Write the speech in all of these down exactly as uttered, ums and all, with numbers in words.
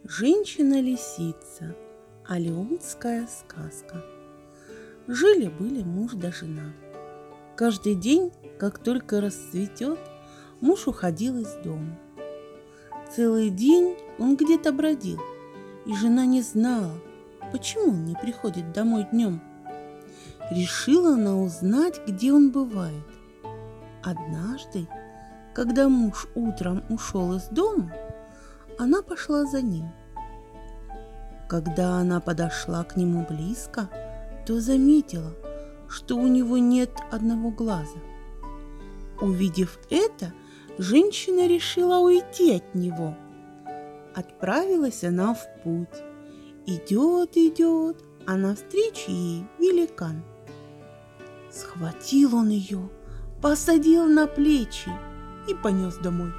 Женщина-лисица. Алеутская сказка. Жили-были муж да жена. Каждый день, как только расцветет, муж уходил из дома. Целый день он где-то бродил, и жена не знала, почему он не приходит домой днем. Решила она узнать, где он бывает. Однажды, когда муж утром ушел из дома, она пошла за ним. Когда она подошла к нему близко, то заметила, что у него нет одного глаза. Увидев это, женщина решила уйти от него. Отправилась она в путь. Идет, идет, а навстречу ей великан. Схватил он ее, посадил на плечи и понес домой.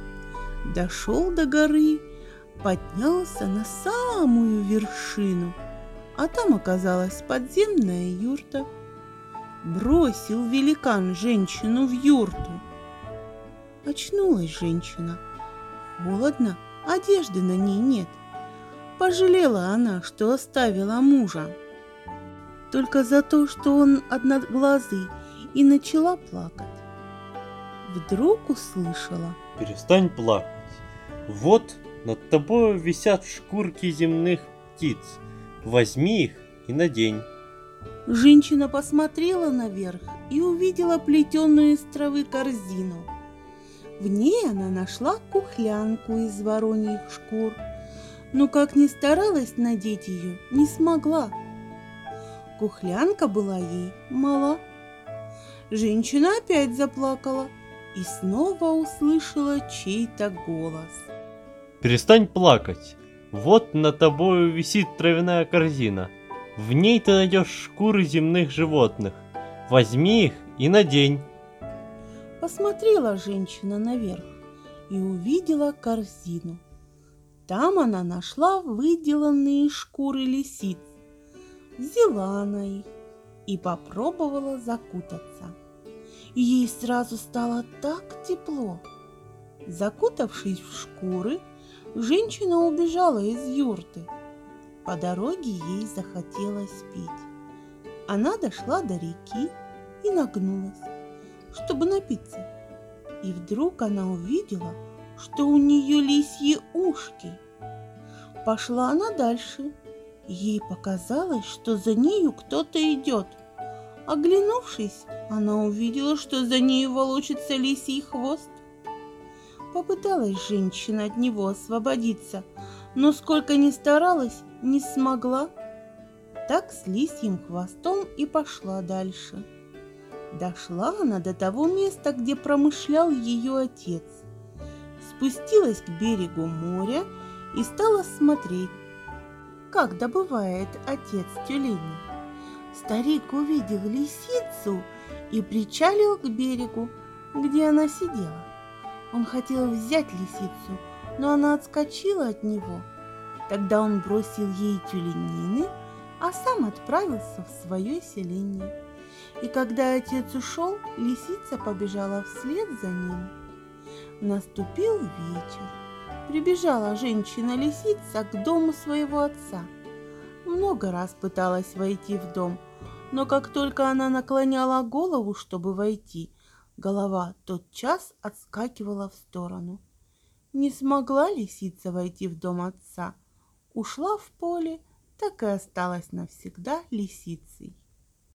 Дошел до горы, поднялся на самую вершину, а там оказалась подземная юрта. Бросил великан женщину в юрту. Очнулась женщина. Холодно, одежды на ней нет. Пожалела она, что оставила мужа. Только за то, что он одноглазый, и начала плакать. Вдруг услышала: «Перестань плакать. Вот над тобой висят шкурки земных птиц. Возьми их и надень». Женщина посмотрела наверх и увидела плетеную из травы корзину. В ней она нашла кухлянку из вороньих шкур, но как ни старалась надеть ее, не смогла. Кухлянка была ей мала. Женщина опять заплакала и снова услышала чей-то голос: «Перестань плакать. Вот над тобою висит травяная корзина. В ней ты найдешь шкуры земных животных. Возьми их и надень». Посмотрела женщина наверх и увидела корзину. Там она нашла выделанные шкуры лисиц. Взяла она их и попробовала закутаться. И ей сразу стало так тепло. Закутавшись в шкуры, женщина убежала из юрты. По дороге ей захотелось пить. Она дошла до реки и нагнулась, чтобы напиться. И вдруг она увидела, что у нее лисьи ушки. Пошла она дальше. Ей показалось, что за нею кто-то идет. Оглянувшись, она увидела, что за нею волочится лисий хвост. Попыталась женщина от него освободиться, но сколько ни старалась, не смогла. Так с лисьим хвостом и пошла дальше. Дошла она до того места, где промышлял ее отец. Спустилась к берегу моря и стала смотреть, как добывает отец тюленей. Старик увидел лисицу и причалил к берегу, где она сидела. Он хотел взять лисицу, но она отскочила от него. Тогда он бросил ей тюленины, а сам отправился в свое селение. И когда отец ушел, лисица побежала вслед за ним. Наступил вечер. Прибежала женщина-лисица к дому своего отца. Много раз пыталась войти в дом, но как только она наклоняла голову, чтобы войти, голова тотчас отскакивала в сторону. Не смогла лисица войти в дом отца. Ушла в поле, так и осталась навсегда лисицей.